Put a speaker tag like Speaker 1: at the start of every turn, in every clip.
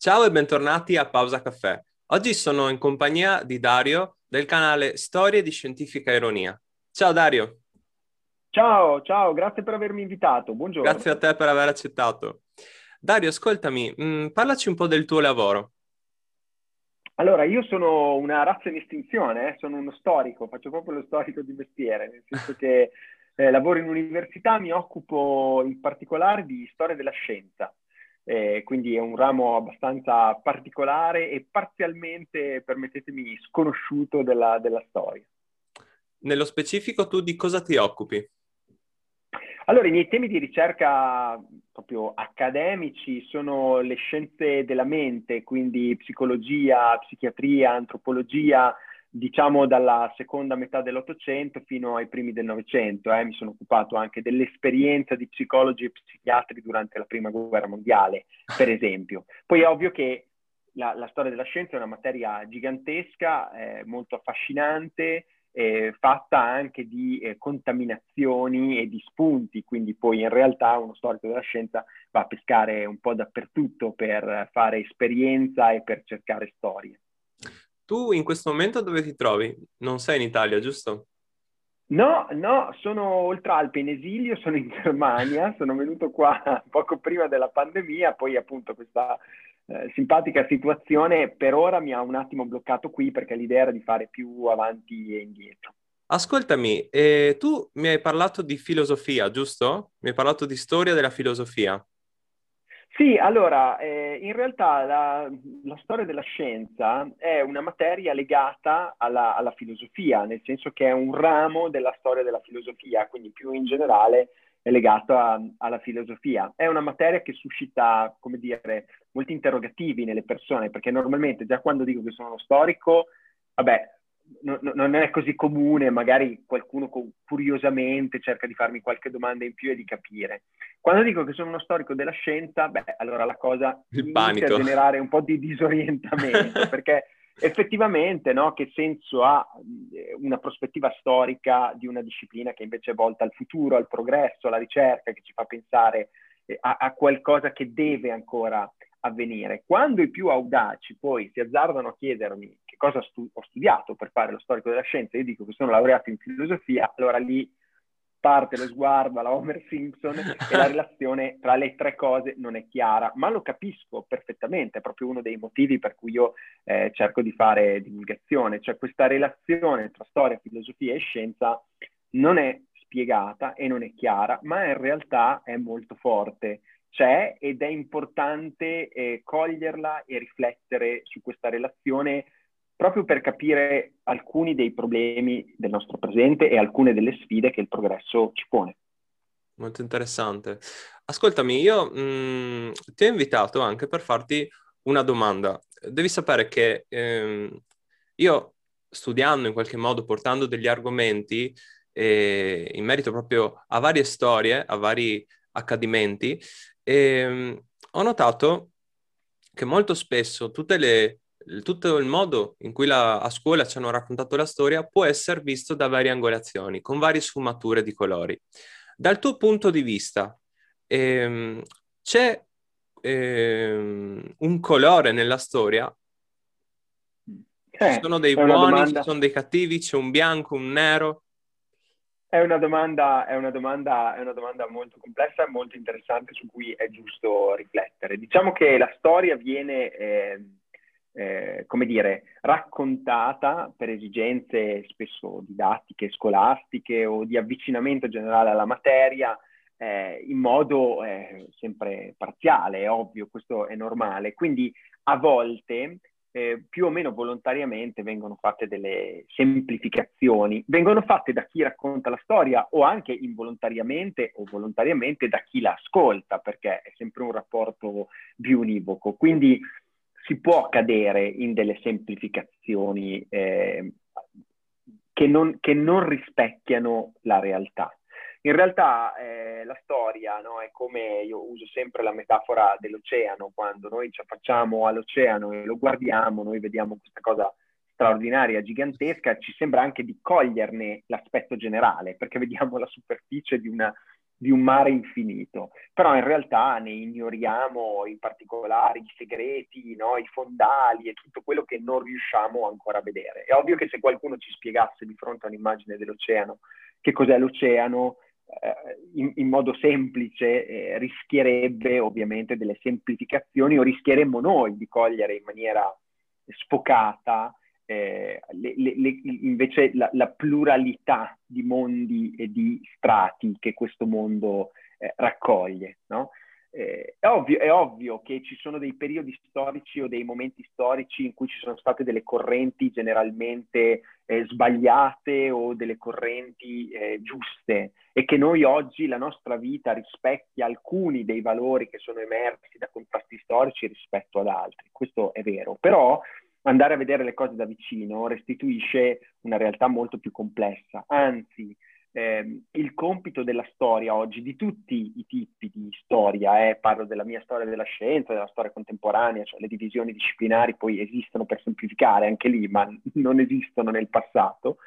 Speaker 1: Ciao e bentornati a Pausa Caffè. Oggi sono in compagnia di Dario del canale Storie di Scientifica Ironia. Ciao Dario,
Speaker 2: Ciao, ciao, grazie per avermi invitato.
Speaker 1: grazie a
Speaker 2: Buongiorno.
Speaker 1: te per aver accettato. Dario, ascoltami, parlaci un po' del tuo lavoro.
Speaker 2: Allora, io sono una razza in estinzione, sono uno storico, faccio proprio lo storico di mestiere, nel senso che lavoro in università, mi occupo in particolare di storia della scienza. Quindi è un ramo abbastanza particolare e parzialmente, permettetemi, sconosciuto della storia.
Speaker 1: Nello specifico tu di cosa ti occupi?
Speaker 2: Allora, i miei temi di ricerca proprio accademici sono le scienze della mente, quindi psicologia, psichiatria, antropologia, diciamo dalla seconda metà dell'Ottocento fino ai primi del Novecento. Mi sono occupato anche dell'esperienza di psicologi e psichiatri durante la Prima Guerra Mondiale, per esempio. Poi è ovvio che la storia della scienza è una materia gigantesca, molto affascinante, fatta anche di contaminazioni e di spunti, quindi poi in realtà uno storico della scienza va a pescare un po' dappertutto per fare esperienza e per cercare storie.
Speaker 1: Tu in questo momento dove ti trovi? Non sei in Italia, giusto?
Speaker 2: No, no, sono oltre Alpe in esilio, sono in Germania, sono venuto qua poco prima della pandemia, poi appunto questa simpatica situazione per ora mi ha un attimo bloccato qui perché l'idea era di fare più avanti e indietro.
Speaker 1: Ascoltami, tu mi hai parlato di filosofia, giusto? Mi hai parlato di storia della filosofia.
Speaker 2: Sì, allora, in realtà la storia della scienza è una materia legata alla filosofia, nel senso che è un ramo della storia della filosofia, quindi più in generale è legato alla filosofia. È una materia che suscita, come dire, molti interrogativi nelle persone, perché normalmente già quando dico che sono uno storico, vabbè, non è così comune, magari qualcuno curiosamente cerca di farmi qualche domanda in più e di capire. Quando dico che sono uno storico della scienza, beh, allora la cosa
Speaker 1: Il
Speaker 2: inizia a
Speaker 1: panico.
Speaker 2: generare un po' di disorientamento, perché effettivamente, no, che senso ha una prospettiva storica di una disciplina che invece è volta al futuro, al progresso, alla ricerca, che ci fa pensare a qualcosa che deve ancora avvenire. Quando i più audaci poi si azzardano a chiedermi che cosa ho studiato per fare lo storico della scienza, io dico che sono laureato in filosofia, allora lì parte lo sguardo alla Homer Simpson e la relazione tra le tre cose non è chiara, ma lo capisco perfettamente, è proprio uno dei motivi per cui io cerco di fare divulgazione, cioè questa relazione tra storia, filosofia e scienza non è spiegata e non è chiara, ma in realtà è molto forte. C'è ed è importante coglierla e riflettere su questa relazione proprio per capire alcuni dei problemi del nostro presente e alcune delle sfide che il progresso ci pone.
Speaker 1: Molto interessante. Ascoltami, io ti ho invitato anche per farti una domanda. Devi sapere che io studiando in qualche modo, portando degli argomenti in merito proprio a varie storie, a vari accadimenti, ho notato che molto spesso tutto il modo in cui a scuola ci hanno raccontato la storia può essere visto da varie angolazioni, con varie sfumature di colori. Dal tuo punto di vista, ehm, c'è un colore nella storia? Ci sono dei
Speaker 2: È una
Speaker 1: buoni, ci
Speaker 2: domanda.
Speaker 1: sono dei cattivi, c'è un bianco, un nero?
Speaker 2: È una domanda molto complessa e molto interessante su cui è giusto riflettere. Diciamo che la storia viene, come dire, raccontata per esigenze spesso didattiche, scolastiche o di avvicinamento generale alla materia, in modo sempre parziale, è ovvio, questo è normale. Quindi a volte più o meno volontariamente vengono fatte delle semplificazioni, vengono fatte da chi racconta la storia o anche involontariamente o volontariamente da chi la ascolta, perché è sempre un rapporto biunivoco. Quindi si può cadere in delle semplificazioni che non rispecchiano la realtà. In realtà la storia, no, è come io uso sempre la metafora dell'oceano, quando noi ci affacciamo all'oceano e lo guardiamo, noi vediamo questa cosa straordinaria, gigantesca, ci sembra anche di coglierne l'aspetto generale, perché vediamo la superficie di un mare infinito, però in realtà ne ignoriamo i particolari, i segreti, no? I fondali e tutto quello che non riusciamo ancora a vedere. È ovvio che se qualcuno ci spiegasse di fronte a un'immagine dell'oceano che cos'è l'oceano, in modo semplice, rischierebbe ovviamente delle semplificazioni, o rischieremmo noi di cogliere in maniera sfocata invece la pluralità di mondi e di strati che questo mondo raccoglie, no? È ovvio che ci sono dei periodi storici o dei momenti storici in cui ci sono state delle correnti generalmente sbagliate o delle correnti giuste, e che noi oggi, la nostra vita rispecchia alcuni dei valori che sono emersi da contrasti storici rispetto ad altri. Questo è vero, però andare a vedere le cose da vicino restituisce una realtà molto più complessa. Anzi, il compito della storia oggi, di tutti i tipi di storia, parlo della mia storia della scienza, della storia contemporanea, cioè le divisioni disciplinari poi esistono per semplificare anche lì, ma non esistono nel passato,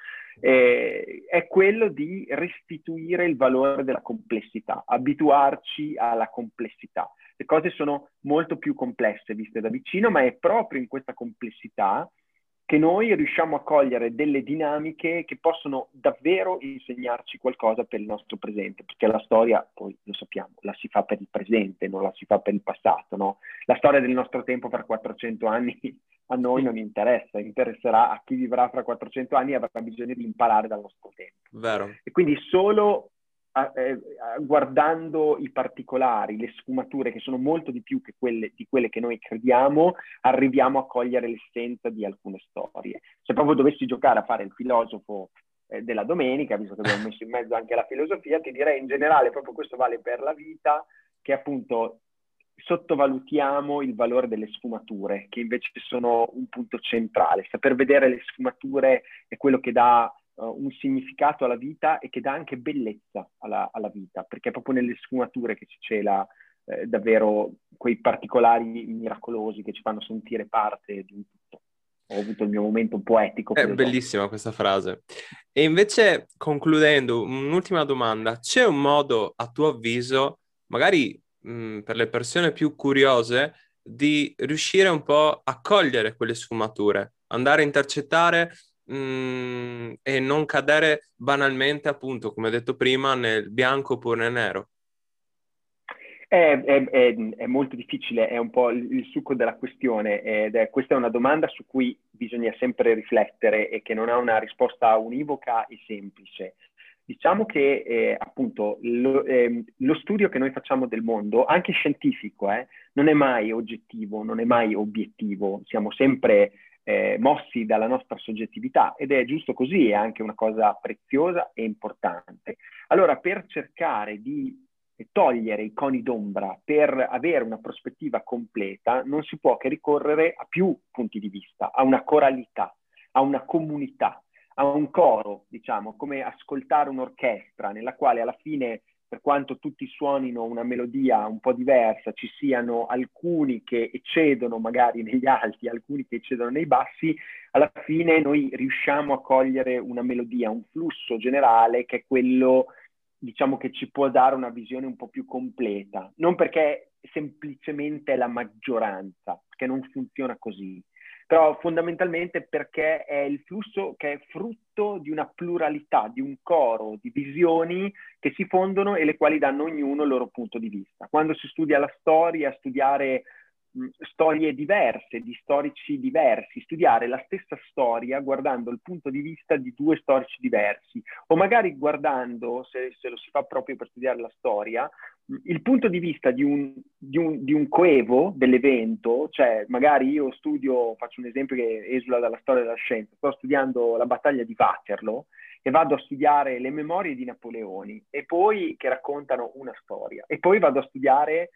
Speaker 2: è quello di restituire il valore della complessità, abituarci alla complessità. Le cose sono molto più complesse viste da vicino, ma è proprio in questa complessità che noi riusciamo a cogliere delle dinamiche che possono davvero insegnarci qualcosa per il nostro presente, perché la storia, poi lo sappiamo, la si fa per il presente, non la si fa per il passato, no? La storia del nostro tempo per 400 anni a noi non interessa, interesserà a chi vivrà fra 400 anni e avrà bisogno di imparare dal nostro tempo.
Speaker 1: Vero.
Speaker 2: E quindi solo guardando i particolari, le sfumature, che sono molto di più che di quelle che noi crediamo, arriviamo a cogliere l'essenza di alcune storie. Se proprio dovessi giocare a fare il filosofo della domenica, visto che abbiamo messo in mezzo anche la filosofia, ti direi in generale, proprio questo vale per la vita, che appunto sottovalutiamo il valore delle sfumature, che invece sono un punto centrale. Saper vedere le sfumature è quello che dà un significato alla vita e che dà anche bellezza alla vita, perché è proprio nelle sfumature che si cela davvero quei particolari miracolosi che ci fanno sentire parte di un tutto. Ho avuto il mio momento poetico.
Speaker 1: È bellissima questa frase. E invece, concludendo, un'ultima domanda. C'è un modo, a tuo avviso, magari per le persone più curiose, di riuscire un po' a cogliere quelle sfumature, andare a intercettare e non cadere banalmente, appunto, come detto prima, nel bianco oppure nel nero?
Speaker 2: È molto difficile, è un po' il succo della questione, questa è una domanda su cui bisogna sempre riflettere e che non ha una risposta univoca e semplice. Diciamo che appunto lo studio che noi facciamo del mondo, anche scientifico, non è mai oggettivo, non è mai obiettivo, siamo sempre mossi dalla nostra soggettività, ed è giusto così, è anche una cosa preziosa e importante. Allora, per cercare di togliere i coni d'ombra, per avere una prospettiva completa, non si può che ricorrere a più punti di vista, a una coralità, a una comunità, a un coro, diciamo, come ascoltare un'orchestra nella quale alla fine, per quanto tutti suonino una melodia un po' diversa, ci siano alcuni che eccedono magari negli alti, alcuni che eccedono nei bassi, alla fine noi riusciamo a cogliere una melodia, un flusso generale che è quello, diciamo, che ci può dare una visione un po' più completa. Non perché semplicemente è la maggioranza, perché non funziona così, però fondamentalmente perché è il flusso che è frutto di una pluralità, di un coro di visioni che si fondono e le quali danno ognuno il loro punto di vista. Quando si studia la storia, studiare storie diverse, di storici diversi, studiare la stessa storia guardando il punto di vista di due storici diversi, o magari guardando, se lo si fa proprio per studiare la storia, il punto di vista di un coevo dell'evento, cioè magari io studio, faccio un esempio che esula dalla storia della scienza, sto studiando la battaglia di Waterloo e vado a studiare le memorie di Napoleone, e poi che raccontano una storia, e poi vado a studiare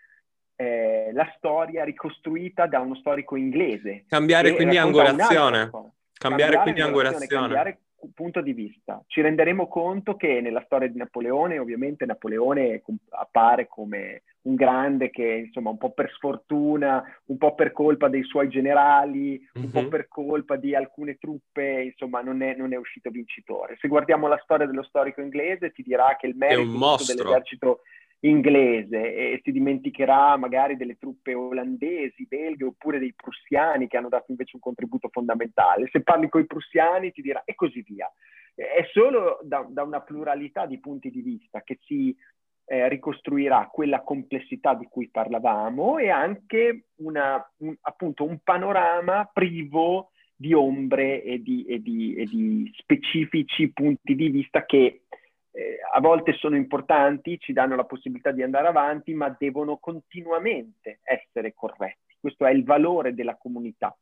Speaker 2: la storia ricostruita da uno storico inglese.
Speaker 1: Cambiare quindi angolazione. Cambiare quindi angolazione.
Speaker 2: Cambiare punto di vista. Ci renderemo conto che nella storia di Napoleone, ovviamente Napoleone appare come un grande che insomma un po' per sfortuna, un po' per colpa dei suoi generali, un po'
Speaker 1: Mhm.
Speaker 2: per colpa di alcune truppe, insomma non è uscito vincitore. Se guardiamo la storia dello storico inglese ti dirà che il
Speaker 1: È un
Speaker 2: merito è tutto
Speaker 1: mostro.
Speaker 2: dell'esercito inglese e si dimenticherà magari delle truppe olandesi, belghe oppure dei prussiani che hanno dato invece un contributo fondamentale. Se parli con i prussiani ti dirà e così via. È solo da una pluralità di punti di vista che si ricostruirà quella complessità di cui parlavamo e anche appunto un panorama privo di ombre e di specifici punti di vista che a volte sono importanti, ci danno la possibilità di andare avanti, ma devono continuamente essere corretti. Questo è il valore della comunità,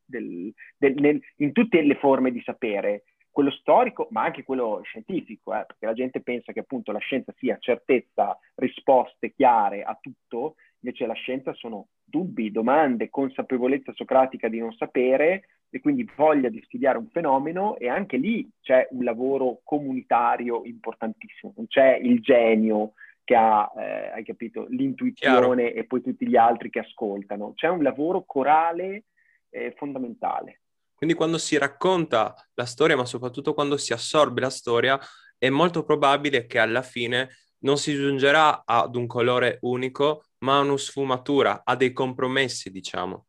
Speaker 2: in tutte le forme di sapere, quello storico, ma anche quello scientifico, perché la gente pensa che appunto la scienza sia certezza, risposte chiare a tutto, invece la scienza sono dubbi, domande, consapevolezza socratica di non sapere e quindi voglia di studiare un fenomeno e anche lì c'è un lavoro comunitario importantissimo, non c'è il genio che ha, hai capito,
Speaker 1: Chiaro.
Speaker 2: l'intuizione e poi tutti gli altri che ascoltano, c'è un lavoro corale fondamentale.
Speaker 1: Quindi quando si racconta la storia, ma soprattutto quando si assorbe la storia, è molto probabile che alla fine non si giungerà ad un colore unico, ma a una sfumatura, a dei compromessi, diciamo.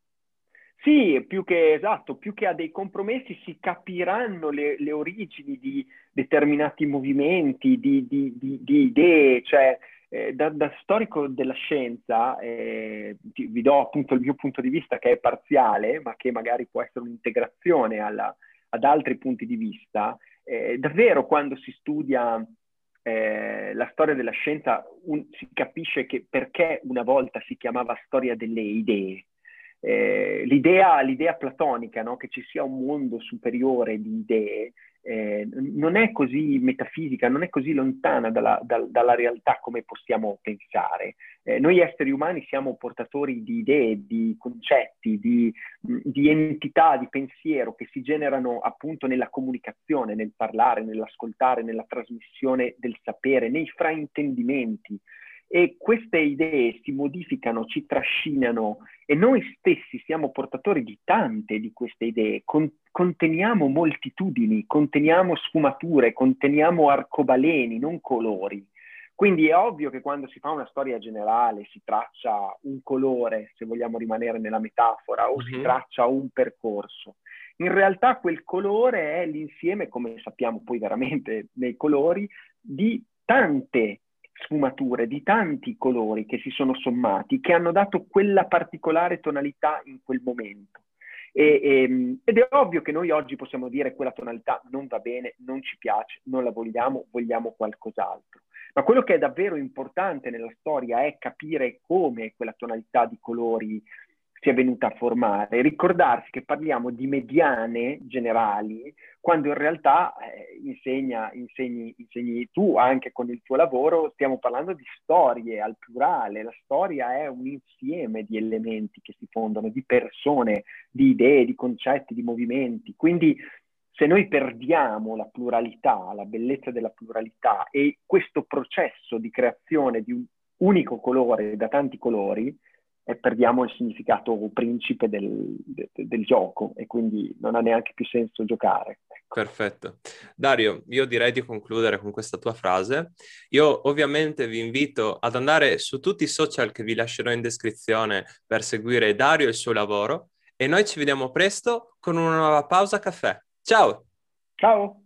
Speaker 2: Sì, più che esatto, più che a dei compromessi si capiranno le origini di determinati movimenti, di idee, cioè da storico della scienza vi do appunto il mio punto di vista che è parziale, ma che magari può essere un'integrazione ad altri punti di vista. Davvero quando si studia la storia della scienza si capisce che perché una volta si chiamava storia delle idee l'idea platonica, no? Che ci sia un mondo superiore di idee, non è così metafisica, non è così lontana dalla realtà come possiamo pensare. Noi esseri umani siamo portatori di idee, di concetti, di entità, di pensiero che si generano appunto nella comunicazione, nel parlare, nell'ascoltare, nella trasmissione del sapere, nei fraintendimenti. E queste idee si modificano, ci trascinano e noi stessi siamo portatori di tante di queste idee, conteniamo moltitudini, conteniamo sfumature, conteniamo arcobaleni, non colori. Quindi è ovvio che quando si fa una storia generale si traccia un colore, se vogliamo rimanere nella metafora, o si
Speaker 1: Mhm.
Speaker 2: traccia un percorso. In realtà quel colore è l'insieme, come sappiamo poi veramente nei colori, di tante sfumature, di tanti colori che si sono sommati, che hanno dato quella particolare tonalità in quel momento. Ed è ovvio che noi oggi possiamo dire quella tonalità non va bene, non ci piace, non la vogliamo, vogliamo qualcos'altro. Ma quello che è davvero importante nella storia è capire come quella tonalità di colori si è venuta a formare, ricordarsi che parliamo di mediane generali, quando in realtà insegni tu anche con il tuo lavoro, stiamo parlando di storie al plurale, la storia è un insieme di elementi che si fondono, di persone, di idee, di concetti, di movimenti, quindi se noi perdiamo la pluralità, la bellezza della pluralità e questo processo di creazione di un unico colore da tanti colori, perdiamo il significato principe del gioco e quindi non ha neanche più senso giocare. Ecco.
Speaker 1: Perfetto. Dario, io direi di concludere con questa tua frase. Io ovviamente vi invito ad andare su tutti i social che vi lascerò in descrizione per seguire Dario e il suo lavoro e noi ci vediamo presto con una nuova pausa caffè. Ciao!
Speaker 2: Ciao!